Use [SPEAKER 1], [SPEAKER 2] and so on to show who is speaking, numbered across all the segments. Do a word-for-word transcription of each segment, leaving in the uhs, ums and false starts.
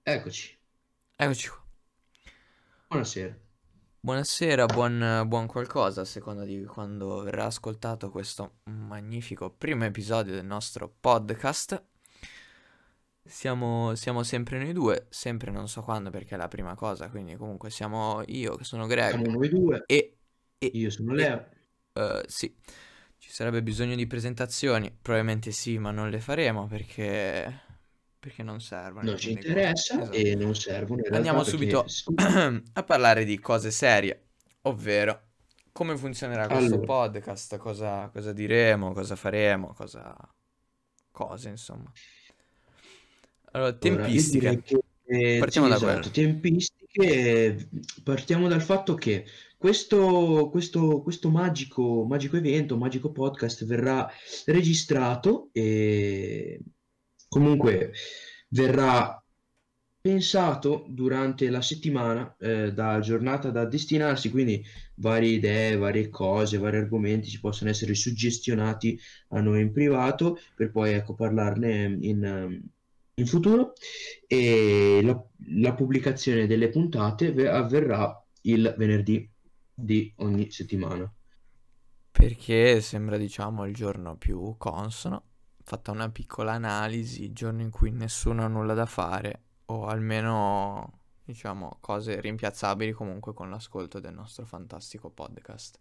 [SPEAKER 1] Eccoci,
[SPEAKER 2] Eccoci qua.
[SPEAKER 1] buonasera.
[SPEAKER 2] Buonasera, buon, buon qualcosa a seconda di quando verrà ascoltato questo magnifico primo episodio del nostro podcast. Siamo, siamo sempre noi due, sempre non so quando perché è la prima cosa, quindi comunque siamo io che sono
[SPEAKER 1] Siamo
[SPEAKER 2] Greg
[SPEAKER 1] noi due,
[SPEAKER 2] e, e,
[SPEAKER 1] io sono
[SPEAKER 2] e,
[SPEAKER 1] Leo.
[SPEAKER 2] eh, sì, ci sarebbe bisogno di presentazioni, probabilmente sì, ma non le faremo perché, perché non servono in
[SPEAKER 1] Non ci
[SPEAKER 2] fin dei conti.
[SPEAKER 1] interessa
[SPEAKER 2] Esatto.
[SPEAKER 1] e non servono in realtà
[SPEAKER 2] Andiamo
[SPEAKER 1] perché...
[SPEAKER 2] subito
[SPEAKER 1] scusa.
[SPEAKER 2] a parlare di cose serie, ovvero come funzionerà questo
[SPEAKER 1] Allora,
[SPEAKER 2] podcast, cosa, cosa diremo, cosa faremo, cosa... cose, insomma. Allora,
[SPEAKER 1] allora, io
[SPEAKER 2] tempistiche.
[SPEAKER 1] direi che... eh,
[SPEAKER 2] Partiamo
[SPEAKER 1] sì,
[SPEAKER 2] da quello.
[SPEAKER 1] esatto, tempistiche. Partiamo dal fatto che questo, questo, questo magico, magico evento, magico podcast verrà registrato e comunque verrà pensato durante la settimana, eh, da giornata da destinarsi, quindi varie idee, varie cose, vari argomenti ci possono essere suggestionati a noi in privato per poi ecco, parlarne in, ehm, in futuro e la, la pubblicazione delle puntate ve- avverrà il venerdì di ogni settimana.
[SPEAKER 2] Perché sembra, diciamo, il giorno più consono. Fatta una piccola analisi, il giorno in cui nessuno ha nulla da fare, o almeno, diciamo, cose rimpiazzabili comunque con l'ascolto del nostro fantastico podcast.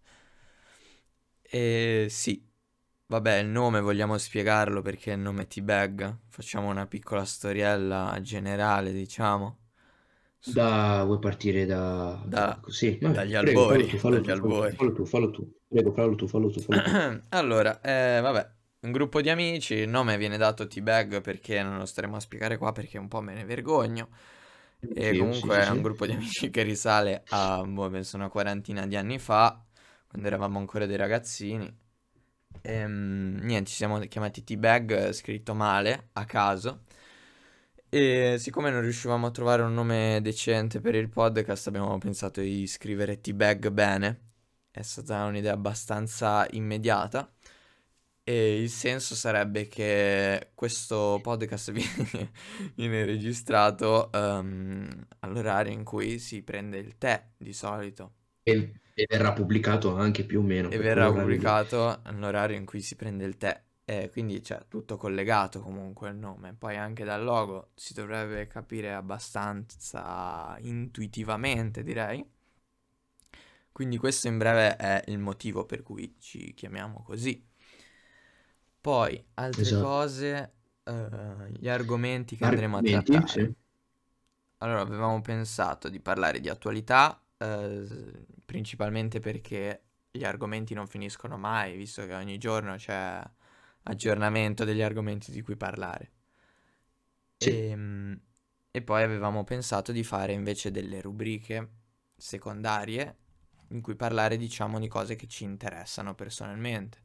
[SPEAKER 2] E sì, vabbè, il nome vogliamo spiegarlo perché il nome è T-Bag. Facciamo una piccola storiella generale, diciamo, su-
[SPEAKER 1] Da, vuoi partire da, da
[SPEAKER 2] da-
[SPEAKER 1] così? Vabbè,
[SPEAKER 2] dagli
[SPEAKER 1] prego, fallo
[SPEAKER 2] albori,
[SPEAKER 1] tu, fallo
[SPEAKER 2] dagli
[SPEAKER 1] tu, fallo tu,
[SPEAKER 2] albori.
[SPEAKER 1] fallo tu, fallo tu. Prego, fallo tu, fallo tu, fallo tu.
[SPEAKER 2] Allora, eh, vabbè, un gruppo di amici, il nome viene dato T-Bag perché non lo staremo a spiegare qua perché un po' me ne vergogno. E
[SPEAKER 1] Sì, sì, sì,
[SPEAKER 2] comunque è un
[SPEAKER 1] sì.
[SPEAKER 2] gruppo di amici che risale a, boh, penso una quarantina di anni fa, quando eravamo ancora dei ragazzini. Ehm, niente, ci siamo chiamati T-Bag, eh, scritto male, a caso. E siccome non riuscivamo a trovare un nome decente per il podcast, abbiamo pensato di scrivere T-Bag bene. È stata un'idea abbastanza immediata. E il senso sarebbe che questo podcast viene, viene registrato ehm, all'orario in cui si prende il tè di solito.
[SPEAKER 1] E, e verrà pubblicato anche più o meno
[SPEAKER 2] E
[SPEAKER 1] per
[SPEAKER 2] verrà
[SPEAKER 1] quell'orario lì.
[SPEAKER 2] pubblicato all'orario in cui si prende il tè. E quindi c'è tutto collegato comunque il nome. Poi anche dal logo si dovrebbe capire abbastanza intuitivamente, direi. Quindi questo in breve è il motivo per cui ci chiamiamo così. Poi, altre
[SPEAKER 1] Esatto.
[SPEAKER 2] cose, eh, gli argomenti che andremo a
[SPEAKER 1] Argomenti?
[SPEAKER 2] trattare.
[SPEAKER 1] Sì.
[SPEAKER 2] Allora, avevamo pensato di parlare di attualità, eh, s- principalmente perché gli argomenti non finiscono mai, visto che ogni giorno c'è aggiornamento degli argomenti di cui parlare.
[SPEAKER 1] Sì.
[SPEAKER 2] E, e poi avevamo pensato di fare invece delle rubriche secondarie in cui parlare, diciamo, di cose che ci interessano personalmente,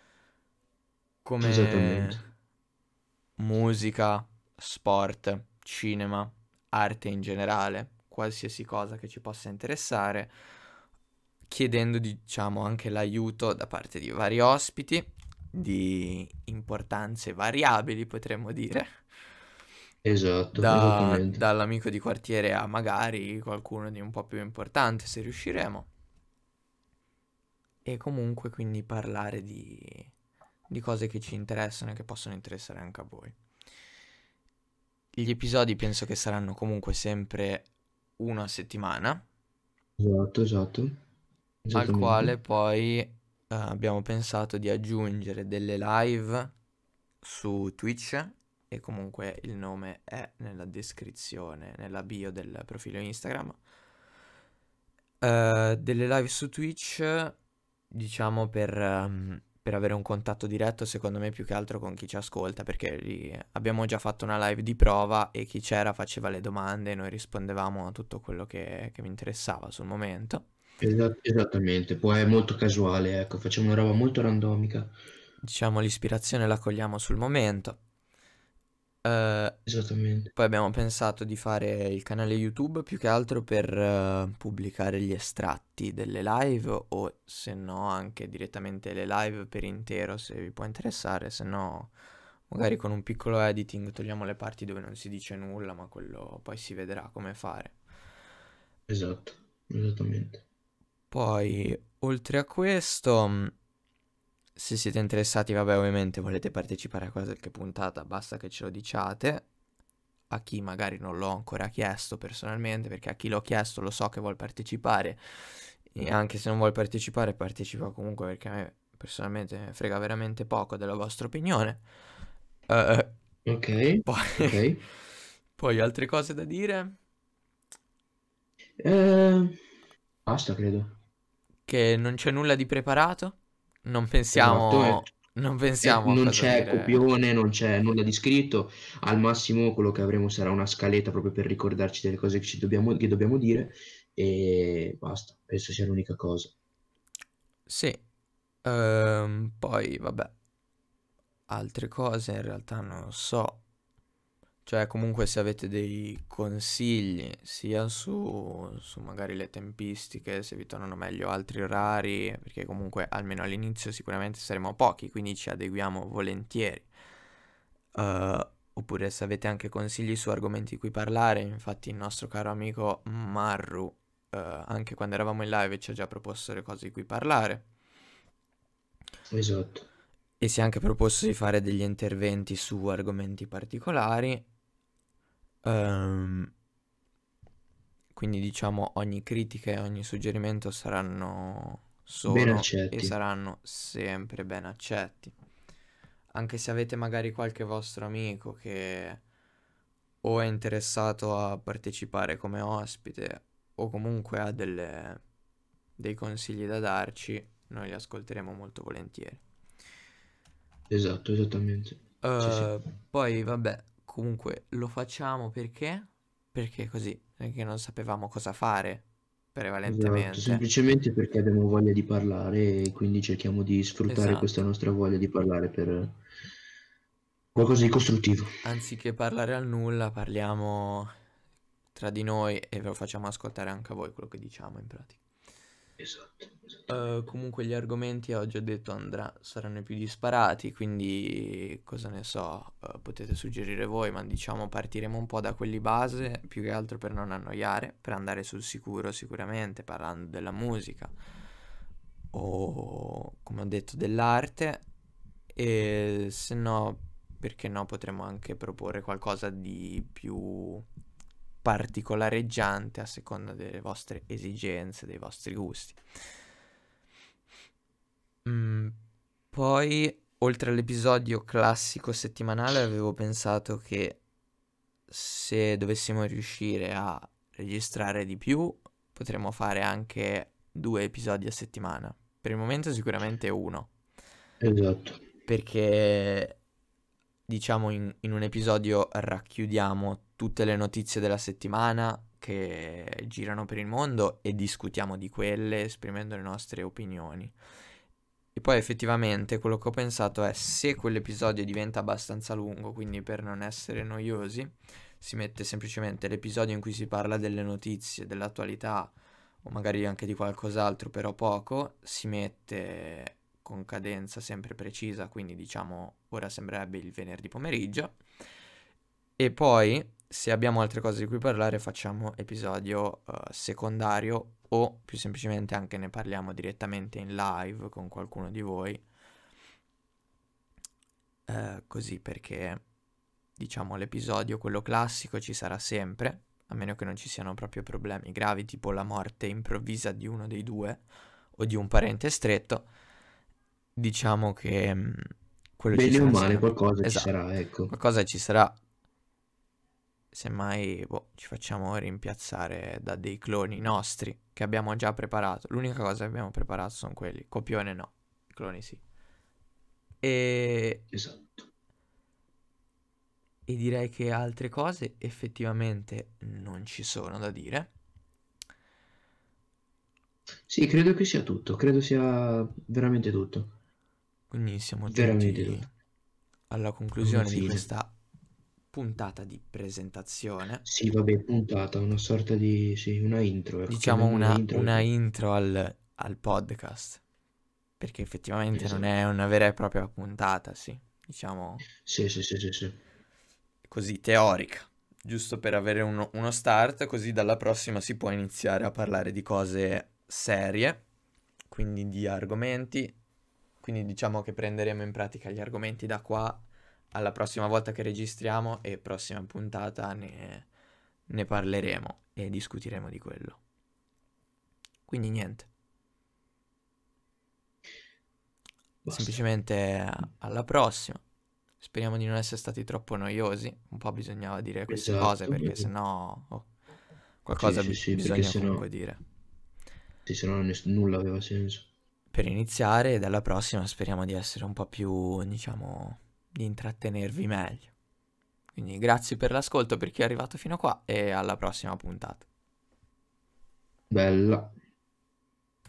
[SPEAKER 2] come
[SPEAKER 1] Esattamente.
[SPEAKER 2] musica, sport, cinema, arte in generale, qualsiasi cosa che ci possa interessare, chiedendo diciamo anche l'aiuto da parte di vari ospiti di importanze variabili, potremmo dire,
[SPEAKER 1] Esatto,
[SPEAKER 2] da-
[SPEAKER 1] esattamente.
[SPEAKER 2] dall'amico di quartiere a magari qualcuno di un po' più importante se riusciremo. E comunque quindi parlare di, di cose che ci interessano e che possono interessare anche a voi. Gli episodi penso che saranno comunque sempre uno a settimana,
[SPEAKER 1] Esatto, esatto.
[SPEAKER 2] al
[SPEAKER 1] Esattamente.
[SPEAKER 2] quale poi eh, abbiamo pensato di aggiungere delle live su Twitch e comunque il nome è nella descrizione, nella bio del profilo Instagram. Eh, delle live su Twitch, diciamo per, ehm, per avere un contatto diretto, secondo me più che altro con chi ci ascolta, perché lì abbiamo già fatto una live di prova e chi c'era faceva le domande e noi rispondevamo a tutto quello che, che mi interessava sul momento.
[SPEAKER 1] Esa- esattamente. Poi è molto casuale, ecco, facciamo una roba molto randomica.
[SPEAKER 2] Diciamo l'ispirazione la cogliamo sul momento. Eh,
[SPEAKER 1] Esattamente.
[SPEAKER 2] Poi abbiamo pensato di fare il canale YouTube più che altro per eh, pubblicare gli estratti delle live o se no anche direttamente le live per intero se vi può interessare, se no magari con un piccolo editing togliamo le parti dove non si dice nulla, ma quello poi si vedrà come fare.
[SPEAKER 1] Esatto, esattamente.
[SPEAKER 2] Poi, oltre a questo, mh, se siete interessati, vabbè, ovviamente volete partecipare a qualche puntata, basta che ce lo diciate. A chi magari non l'ho ancora chiesto personalmente, perché a chi l'ho chiesto lo so che vuol partecipare, e anche se non vuol partecipare, partecipa comunque, perché a me personalmente me frega veramente poco della vostra opinione. Eh,
[SPEAKER 1] Ok,
[SPEAKER 2] poi,
[SPEAKER 1] ok.
[SPEAKER 2] poi altre cose da dire?
[SPEAKER 1] Eh, basta, credo.
[SPEAKER 2] Che non c'è nulla di preparato? Non
[SPEAKER 1] Esatto, e-
[SPEAKER 2] pensiamo, non
[SPEAKER 1] e
[SPEAKER 2] pensiamo a
[SPEAKER 1] non
[SPEAKER 2] cosa
[SPEAKER 1] c'è
[SPEAKER 2] dire.
[SPEAKER 1] copione, non c'è nulla di scritto. Al massimo quello che avremo sarà una scaletta proprio per ricordarci delle cose che ci dobbiamo, che dobbiamo dire e basta. Penso sia l'unica cosa.
[SPEAKER 2] Sì, ehm, poi vabbè, altre cose in realtà non lo so. Cioè, comunque se avete dei consigli, sia su, su magari le tempistiche, se vi tornano meglio altri orari, perché comunque almeno all'inizio sicuramente saremo pochi, quindi ci adeguiamo volentieri. Eh, oppure se avete anche consigli su argomenti di cui parlare, infatti il nostro caro amico Marru, eh, anche quando eravamo in live, ci ha già proposto le cose di cui parlare.
[SPEAKER 1] Esatto,
[SPEAKER 2] E si è anche proposto di fare degli interventi su argomenti particolari. Ehm, quindi diciamo ogni critica e ogni suggerimento saranno,
[SPEAKER 1] ben
[SPEAKER 2] sono e
[SPEAKER 1] accetti.
[SPEAKER 2] saranno sempre ben accetti. Anche se avete magari qualche vostro amico che o è interessato a partecipare come ospite o comunque ha delle- dei consigli da darci, noi li ascolteremo molto volentieri.
[SPEAKER 1] Esatto, esattamente. Sì, sì.
[SPEAKER 2] Eh, poi vabbè, comunque lo facciamo perché? Perché così, perché non sapevamo cosa fare,
[SPEAKER 1] Esatto,
[SPEAKER 2] prevalentemente.
[SPEAKER 1] semplicemente perché abbiamo voglia di parlare e quindi cerchiamo di sfruttare questa
[SPEAKER 2] Esatto.
[SPEAKER 1] nostra voglia di parlare per qualcosa di costruttivo.
[SPEAKER 2] Anziché parlare al nulla, parliamo tra di noi e ve lo facciamo ascoltare anche a voi quello che diciamo in pratica.
[SPEAKER 1] Esatto,
[SPEAKER 2] Eh,
[SPEAKER 1] esattamente.
[SPEAKER 2] comunque gli argomenti, ho già detto, andrà, saranno i più disparati, quindi cosa ne so, eh, potete suggerire voi, ma diciamo partiremo un po' da quelli base, più che altro per non annoiare, per andare sul sicuro sicuramente, parlando della musica o come ho detto dell'arte, e se no, perché no, potremmo anche proporre qualcosa di più particolareggiante a seconda delle vostre esigenze, dei vostri gusti. Mm, poi, oltre all'episodio classico settimanale, avevo pensato che se dovessimo riuscire a registrare di più, potremmo fare anche due episodi a settimana. Per il momento sicuramente uno,
[SPEAKER 1] Esatto,
[SPEAKER 2] perché diciamo in, in un episodio racchiudiamo tutte le notizie della settimana che girano per il mondo e discutiamo di quelle esprimendo le nostre opinioni. E poi effettivamente quello che ho pensato è se quell'episodio diventa abbastanza lungo, quindi per non essere noiosi, si mette semplicemente l'episodio in cui si parla delle notizie, dell'attualità o magari anche di qualcos'altro, però poco, si mette con cadenza sempre precisa, quindi diciamo ora sembrerebbe il venerdì pomeriggio. E poi, se abbiamo altre cose di cui parlare, facciamo episodio eh, secondario o più semplicemente anche ne parliamo direttamente in live con qualcuno di voi. Eh, così perché, diciamo, l'episodio, quello classico, ci sarà sempre, a meno che non ci siano proprio problemi gravi, tipo la morte improvvisa di uno dei due o di un parente stretto. Diciamo che mm, quello ci
[SPEAKER 1] bene o
[SPEAKER 2] sarà
[SPEAKER 1] male
[SPEAKER 2] sempre.
[SPEAKER 1] qualcosa ci
[SPEAKER 2] Esatto,
[SPEAKER 1] sarà, ecco.
[SPEAKER 2] qualcosa ci sarà. Semmai, boh, ci facciamo rimpiazzare da dei cloni nostri che abbiamo già preparato. L'unica cosa che abbiamo preparato sono quelli. Copione no, i cloni sì. E,
[SPEAKER 1] Esatto.
[SPEAKER 2] e direi che altre cose effettivamente non ci sono da dire.
[SPEAKER 1] Sì, credo che sia tutto, credo sia veramente tutto,
[SPEAKER 2] Quindi siamo
[SPEAKER 1] veramente
[SPEAKER 2] giunti
[SPEAKER 1] tutto.
[SPEAKER 2] alla
[SPEAKER 1] A una
[SPEAKER 2] conclusione di
[SPEAKER 1] fine.
[SPEAKER 2] questa puntata di presentazione.
[SPEAKER 1] Sì, vabbè, puntata, una sorta di, sì, una intro, ecco,
[SPEAKER 2] Diciamo
[SPEAKER 1] chiamiamola
[SPEAKER 2] una,
[SPEAKER 1] intro.
[SPEAKER 2] una
[SPEAKER 1] Perché...
[SPEAKER 2] intro al, al podcast. Perché effettivamente non è
[SPEAKER 1] Esatto,
[SPEAKER 2] una vera e propria puntata, sì. diciamo,
[SPEAKER 1] Sì, sì, sì, sì, sì.
[SPEAKER 2] così teorica, giusto per avere uno, uno start, così dalla prossima si può iniziare a parlare di cose serie, quindi di argomenti. Quindi diciamo che prenderemo in pratica gli argomenti da qua alla prossima volta che registriamo e prossima puntata ne, ne parleremo e discuteremo di quello. Quindi niente,
[SPEAKER 1] Basta.
[SPEAKER 2] semplicemente alla prossima. Speriamo di non essere stati troppo noiosi. Un po' bisognava dire queste cose
[SPEAKER 1] Esatto.
[SPEAKER 2] perché sennò oh,
[SPEAKER 1] Sì,
[SPEAKER 2] qualcosa
[SPEAKER 1] sì,
[SPEAKER 2] bi-
[SPEAKER 1] sì, perché
[SPEAKER 2] bisogna
[SPEAKER 1] sennò,
[SPEAKER 2] comunque dire.
[SPEAKER 1] sì, sennò ness- nulla aveva senso.
[SPEAKER 2] Per iniziare, dalla prossima speriamo di essere un po' più, diciamo, di intrattenervi meglio. Quindi grazie per l'ascolto per chi è arrivato fino a qua e alla prossima puntata.
[SPEAKER 1] Bella.